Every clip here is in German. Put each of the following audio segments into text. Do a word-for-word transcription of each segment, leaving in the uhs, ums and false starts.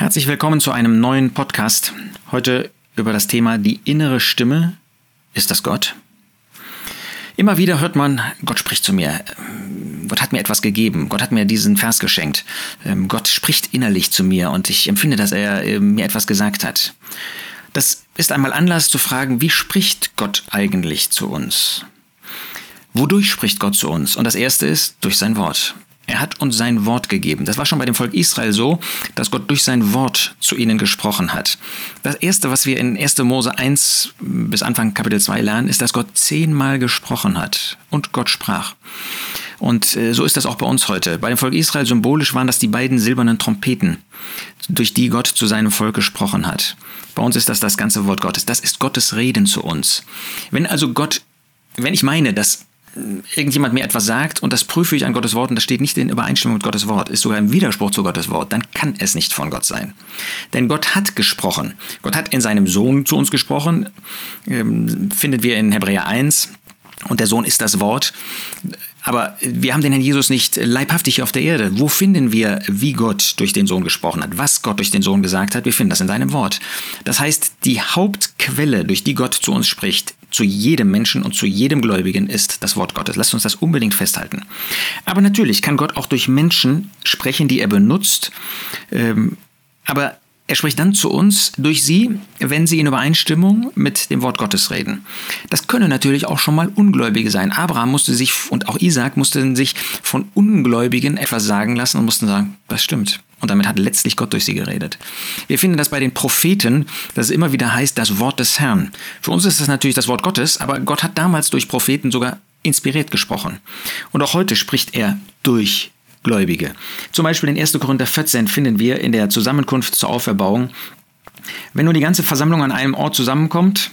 Herzlich willkommen zu einem neuen Podcast. Heute über das Thema die innere Stimme. Ist das Gott? Immer wieder hört man, Gott spricht zu mir. Gott hat mir etwas gegeben. Gott hat mir diesen Vers geschenkt. Gott spricht innerlich zu mir und ich empfinde, dass er mir etwas gesagt hat. Das ist einmal Anlass zu fragen, wie spricht Gott eigentlich zu uns? Wodurch spricht Gott zu uns? Und das Erste ist durch sein Wort. Er hat uns sein Wort gegeben. Das war schon bei dem Volk Israel so, dass Gott durch sein Wort zu ihnen gesprochen hat. Das Erste, was wir in erster Mose eins bis Anfang Kapitel zwei lernen, ist, dass Gott zehnmal gesprochen hat und Gott sprach. Und äh, so ist das auch bei uns heute. Bei dem Volk Israel symbolisch waren das die beiden silbernen Trompeten, durch die Gott zu seinem Volk gesprochen hat. Bei uns ist das das ganze Wort Gottes. Das ist Gottes Reden zu uns. Wenn also Gott, wenn ich meine, dass irgendjemand mir etwas sagt und das prüfe ich an Gottes Wort und das steht nicht in Übereinstimmung mit Gottes Wort, ist sogar im Widerspruch zu Gottes Wort, dann kann es nicht von Gott sein. Denn Gott hat gesprochen. Gott hat in seinem Sohn zu uns gesprochen, ähm, finden wir in Hebräer eins. Und der Sohn ist das Wort. Aber wir haben den Herrn Jesus nicht leibhaftig hier auf der Erde. Wo finden wir, wie Gott durch den Sohn gesprochen hat? Was Gott durch den Sohn gesagt hat? Wir finden das in seinem Wort. Das heißt, die Hauptquelle, durch die Gott zu uns spricht, zu jedem Menschen und zu jedem Gläubigen, ist das Wort Gottes. Lasst uns das unbedingt festhalten. Aber natürlich kann Gott auch durch Menschen sprechen, die er benutzt. Ähm, aber er spricht dann zu uns durch sie, wenn sie in Übereinstimmung mit dem Wort Gottes reden. Das können natürlich auch schon mal Ungläubige sein. Abraham musste sich und auch Isaak mussten sich von Ungläubigen etwas sagen lassen und mussten sagen, das stimmt. Und damit hat letztlich Gott durch sie geredet. Wir finden das bei den Propheten, dass es immer wieder heißt, das Wort des Herrn. Für uns ist das natürlich das Wort Gottes, aber Gott hat damals durch Propheten sogar inspiriert gesprochen. Und auch heute spricht er durch Gläubige. Zum Beispiel in erster Korinther vierzehn finden wir in der Zusammenkunft zur Auferbauung, wenn nun die ganze Versammlung an einem Ort zusammenkommt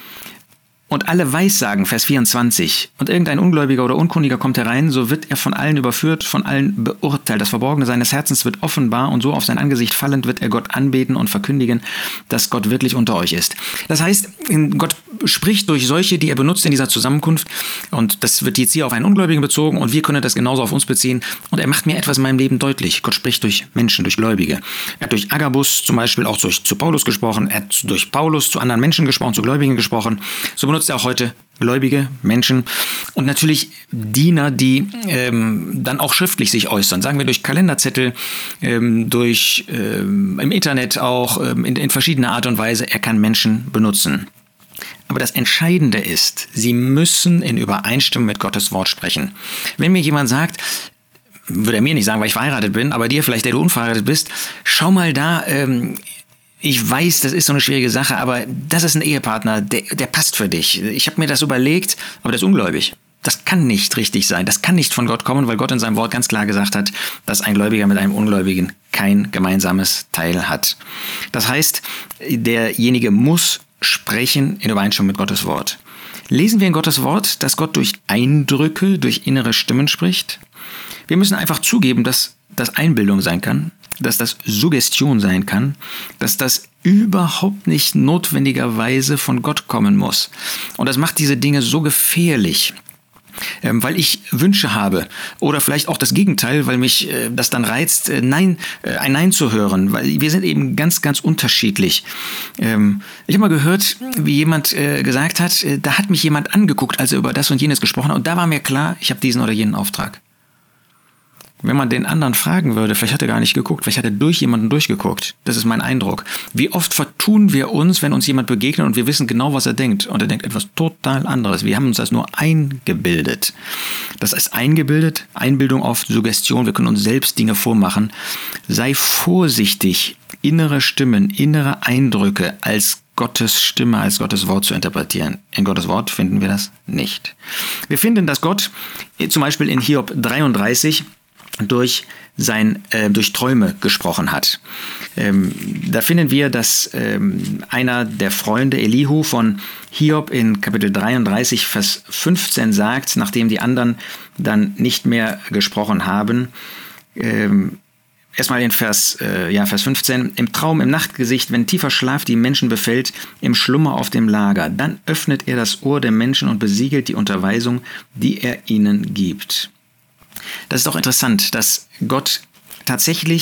und alle Weissagen, Vers vierundzwanzig, und irgendein Ungläubiger oder Unkundiger kommt herein, so wird er von allen überführt, von allen beurteilt. Das Verborgene seines Herzens wird offenbar und so auf sein Angesicht fallend wird er Gott anbeten und verkündigen, dass Gott wirklich unter euch ist. Das heißt, Gott spricht durch solche, die er benutzt in dieser Zusammenkunft, und das wird jetzt hier auf einen Ungläubigen bezogen und wir können das genauso auf uns beziehen, und er macht mir etwas in meinem Leben deutlich. Gott spricht durch Menschen, durch Gläubige. Er hat durch Agabus zum Beispiel auch durch, zu Paulus gesprochen, er hat durch Paulus zu anderen Menschen gesprochen, zu Gläubigen gesprochen. So benutzt er auch heute Gläubige, Menschen und natürlich Diener, die ähm, dann auch schriftlich sich äußern. Sagen wir durch Kalenderzettel, ähm, durch ähm, im Internet auch, ähm, in, in verschiedener Art und Weise. Er kann Menschen benutzen. Aber das Entscheidende ist, sie müssen in Übereinstimmung mit Gottes Wort sprechen. Wenn mir jemand sagt, würde er mir nicht sagen, weil ich verheiratet bin, aber dir vielleicht, der du unverheiratet bist, schau mal da, ähm, ich weiß, das ist so eine schwierige Sache, aber das ist ein Ehepartner, der, der passt für dich. Ich habe mir das überlegt, aber der ist ungläubig. Das kann nicht richtig sein. Das kann nicht von Gott kommen, weil Gott in seinem Wort ganz klar gesagt hat, dass ein Gläubiger mit einem Ungläubigen kein gemeinsames Teil hat. Das heißt, derjenige muss sprechen in Übereinstimmung mit Gottes Wort. Lesen wir in Gottes Wort, dass Gott durch Eindrücke, durch innere Stimmen spricht? Wir müssen einfach zugeben, dass das Einbildung sein kann, dass das Suggestion sein kann, dass das überhaupt nicht notwendigerweise von Gott kommen muss. Und das macht diese Dinge so gefährlich, ähm, weil ich Wünsche habe oder vielleicht auch das Gegenteil, weil mich äh, das dann reizt, äh, Nein, äh, ein Nein zu hören, weil wir sind eben ganz, ganz unterschiedlich. Ähm, ich habe mal gehört, wie jemand äh, gesagt hat, äh, da hat mich jemand angeguckt, als er über das und jenes gesprochen hat, und da war mir klar, ich habe diesen oder jenen Auftrag. Wenn man den anderen fragen würde, vielleicht hat er gar nicht geguckt, vielleicht hat er durch jemanden durchgeguckt. Das ist mein Eindruck. Wie oft vertun wir uns, wenn uns jemand begegnet und wir wissen genau, was er denkt. Und er denkt etwas total anderes. Wir haben uns das nur eingebildet. Das ist eingebildet, Einbildung auf Suggestion. Wir können uns selbst Dinge vormachen. Sei vorsichtig, innere Stimmen, innere Eindrücke als Gottes Stimme, als Gottes Wort zu interpretieren. In Gottes Wort finden wir das nicht. Wir finden, dass Gott zum Beispiel in Hiob dreiunddreißig durch sein äh, durch Träume gesprochen hat. Ähm, da finden wir, dass ähm, einer der Freunde Elihu von Hiob in Kapitel dreiunddreißig, Vers fünfzehn sagt, nachdem die anderen dann nicht mehr gesprochen haben, ähm, erstmal in Vers, äh, ja, Vers fünfzehn, im Traum, im Nachtgesicht, wenn tiefer Schlaf die Menschen befällt, im Schlummer auf dem Lager, dann öffnet er das Ohr der Menschen und besiegelt die Unterweisung, die er ihnen gibt. Das ist auch interessant, dass Gott tatsächlich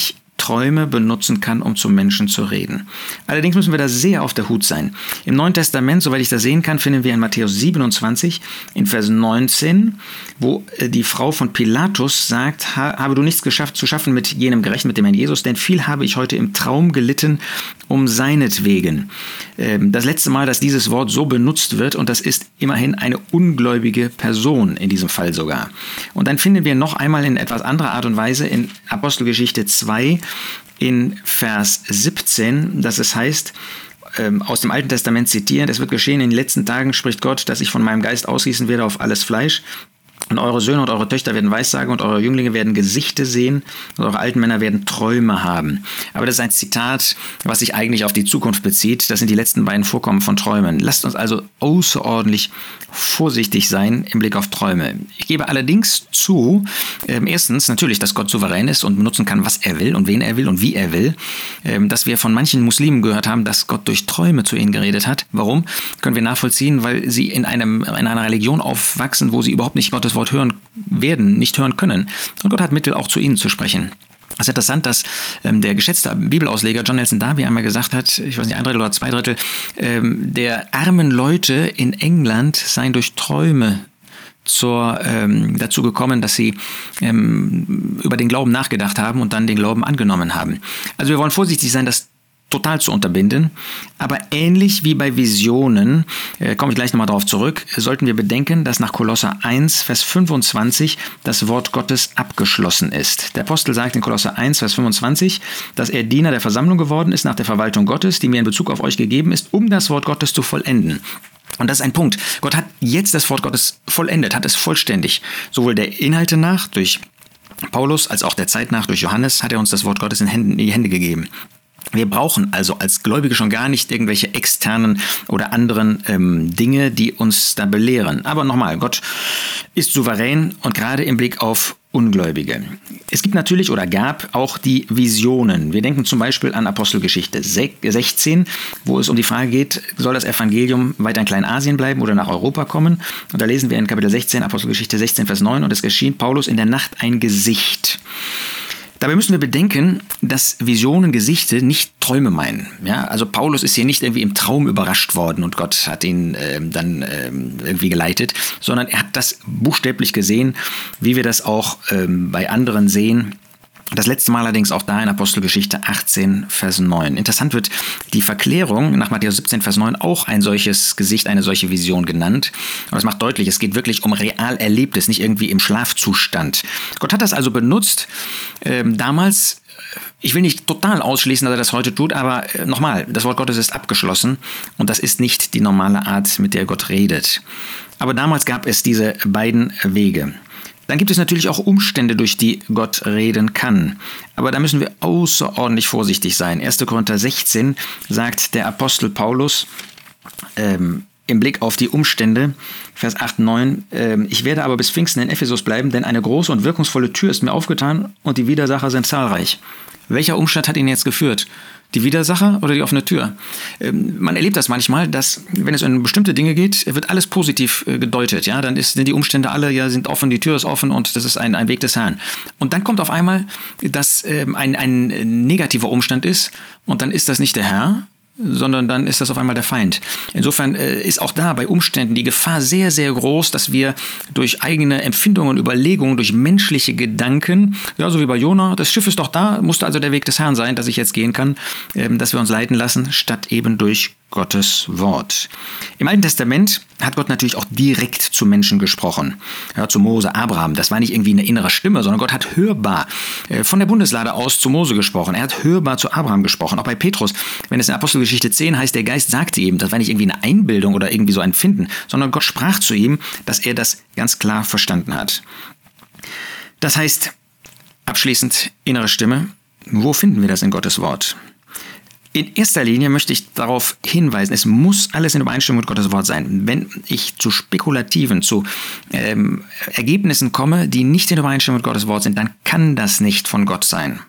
Träume benutzen kann, um zu Menschen zu reden. Allerdings müssen wir da sehr auf der Hut sein. Im Neuen Testament, soweit ich das sehen kann, finden wir in Matthäus siebenundzwanzig in Vers neunzehn, wo die Frau von Pilatus sagt, habe du nichts geschafft zu schaffen mit jenem Gerechten, mit dem Herrn Jesus, denn viel habe ich heute im Traum gelitten um seinetwegen. Das letzte Mal, dass dieses Wort so benutzt wird, und das ist immerhin eine ungläubige Person in diesem Fall sogar. Und dann finden wir noch einmal in etwas anderer Art und Weise in Apostelgeschichte zwei in Vers siebzehn, dass es heißt, ähm, aus dem Alten Testament zitieren, es wird geschehen in den letzten Tagen, spricht Gott, dass ich von meinem Geist ausgießen werde auf alles Fleisch. Und eure Söhne und eure Töchter werden Weissagen und eure Jünglinge werden Gesichte sehen und eure alten Männer werden Träume haben. Aber das ist ein Zitat, was sich eigentlich auf die Zukunft bezieht. Das sind die letzten beiden Vorkommen von Träumen. Lasst uns also außerordentlich vorsichtig sein im Blick auf Träume. Ich gebe allerdings zu, äh, erstens natürlich, dass Gott souverän ist und benutzen kann, was er will und wen er will und wie er will. Äh, dass wir von manchen Muslimen gehört haben, dass Gott durch Träume zu ihnen geredet hat. Warum? Können wir nachvollziehen, weil sie in, einem, in einer Religion aufwachsen, wo sie überhaupt nicht Gottes Wort hören werden, nicht hören können. Und Gott hat Mittel, auch zu ihnen zu sprechen. Es ist interessant, dass ähm, der geschätzte Bibelausleger John Nelson Darby einmal gesagt hat, ich weiß nicht, ein Drittel oder zwei Drittel, ähm, der armen Leute in England seien durch Träume zur, ähm, dazu gekommen, dass sie ähm, über den Glauben nachgedacht haben und dann den Glauben angenommen haben. Also wir wollen vorsichtig sein, dass total zu unterbinden, aber ähnlich wie bei Visionen, äh, komme ich gleich nochmal darauf zurück, sollten wir bedenken, dass nach Kolosser eins, Vers fünfundzwanzig das Wort Gottes abgeschlossen ist. Der Apostel sagt in Kolosser eins, Vers fünfundzwanzig, dass er Diener der Versammlung geworden ist nach der Verwaltung Gottes, die mir in Bezug auf euch gegeben ist, um das Wort Gottes zu vollenden. Und das ist ein Punkt. Gott hat jetzt das Wort Gottes vollendet, hat es vollständig, sowohl der Inhalte nach durch Paulus als auch der Zeit nach durch Johannes hat er uns das Wort Gottes in, Händen, in die Hände gegeben. Wir brauchen also als Gläubige schon gar nicht irgendwelche externen oder anderen ähm, Dinge, die uns da belehren. Aber nochmal, Gott ist souverän und gerade im Blick auf Ungläubige. Es gibt natürlich oder gab auch die Visionen. Wir denken zum Beispiel an Apostelgeschichte sechzehn, wo es um die Frage geht, soll das Evangelium weiter in Kleinasien bleiben oder nach Europa kommen? Und da lesen wir in Kapitel sechzehn, Apostelgeschichte sechzehn, Vers neun, und es erschien Paulus in der Nacht ein Gesicht. Dabei müssen wir bedenken, dass Visionen, Gesichte nicht Träume meinen. Ja, also Paulus ist hier nicht irgendwie im Traum überrascht worden und Gott hat ihn ähm, dann ähm, irgendwie geleitet, sondern er hat das buchstäblich gesehen, wie wir das auch ähm, bei anderen sehen. Das letzte Mal allerdings auch da in Apostelgeschichte achtzehn, Vers neun. Interessant wird die Verklärung nach Matthäus siebzehn, Vers neun auch ein solches Gesicht, eine solche Vision genannt. Und das macht deutlich, es geht wirklich um real Erlebtes, nicht irgendwie im Schlafzustand. Gott hat das also benutzt, ähm, damals. Ich will nicht total ausschließen, dass er das heute tut, aber äh, nochmal, das Wort Gottes ist abgeschlossen und das ist nicht die normale Art, mit der Gott redet. Aber damals gab es diese beiden Wege. Dann gibt es natürlich auch Umstände, durch die Gott reden kann. Aber da müssen wir außerordentlich vorsichtig sein. erster Korinther sechzehn sagt der Apostel Paulus ähm, im Blick auf die Umstände, Vers acht, neun, ähm, ich werde aber bis Pfingsten in Ephesus bleiben, denn eine große und wirkungsvolle Tür ist mir aufgetan und die Widersacher sind zahlreich. Welcher Umstand hat ihn jetzt geführt? Die Widersacher oder die offene Tür? Ähm, man erlebt das manchmal, dass, wenn es um bestimmte Dinge geht, wird alles positiv äh, gedeutet. Ja? Dann ist, sind die Umstände alle, ja, sind offen, die Tür ist offen und das ist ein, ein Weg des Herrn. Und dann kommt auf einmal, dass ähm, ein, ein negativer Umstand ist und dann ist das nicht der Herr, sondern dann ist das auf einmal der Feind. Insofern äh, ist auch da bei Umständen die Gefahr sehr, sehr groß, dass wir durch eigene Empfindungen, Überlegungen, durch menschliche Gedanken, ja, so wie bei Jona, das Schiff ist doch da, musste also der Weg des Herrn sein, dass ich jetzt gehen kann, ähm, dass wir uns leiten lassen, statt eben durch Gottes Wort. Im Alten Testament hat Gott natürlich auch direkt zu Menschen gesprochen. Ja, zu Mose, Abraham. Das war nicht irgendwie eine innere Stimme, sondern Gott hat hörbar äh, von der Bundeslade aus zu Mose gesprochen. Er hat hörbar zu Abraham gesprochen. Auch bei Petrus, wenn es in Apostelgeschichte zehn heißt, der Geist sagte ihm, das war nicht irgendwie eine Einbildung oder irgendwie so ein Finden, sondern Gott sprach zu ihm, dass er das ganz klar verstanden hat. Das heißt, abschließend innere Stimme. Wo finden wir das in Gottes Wort? In erster Linie möchte ich darauf hinweisen, es muss alles in Übereinstimmung mit Gottes Wort sein. Wenn ich zu spekulativen, zu ähm, Ergebnissen komme, die nicht in Übereinstimmung mit Gottes Wort sind, dann kann das nicht von Gott sein.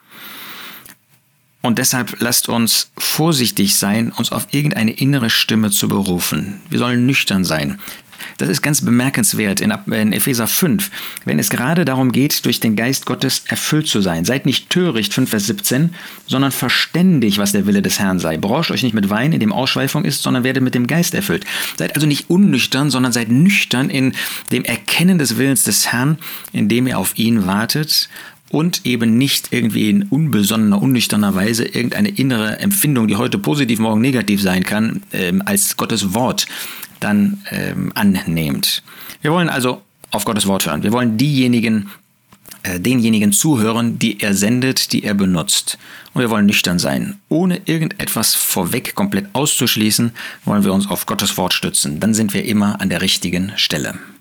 Und deshalb lasst uns vorsichtig sein, uns auf irgendeine innere Stimme zu berufen. Wir sollen nüchtern sein. Das ist ganz bemerkenswert in, in Epheser fünf, wenn es gerade darum geht, durch den Geist Gottes erfüllt zu sein. Seid nicht töricht, fünf Vers siebzehn, sondern verständig, was der Wille des Herrn sei. Berauscht euch nicht mit Wein, in dem Ausschweifung ist, sondern werdet mit dem Geist erfüllt. Seid also nicht unnüchtern, sondern seid nüchtern in dem Erkennen des Willens des Herrn, indem ihr auf ihn wartet und eben nicht irgendwie in unbesonnener, unnüchterner Weise irgendeine innere Empfindung, die heute positiv, morgen negativ sein kann, ähm, als Gottes Wort dann ähm, annehmt. Wir wollen also auf Gottes Wort hören. Wir wollen diejenigen, äh, denjenigen zuhören, die er sendet, die er benutzt. Und wir wollen nüchtern sein. Ohne irgendetwas vorweg komplett auszuschließen, wollen wir uns auf Gottes Wort stützen. Dann sind wir immer an der richtigen Stelle.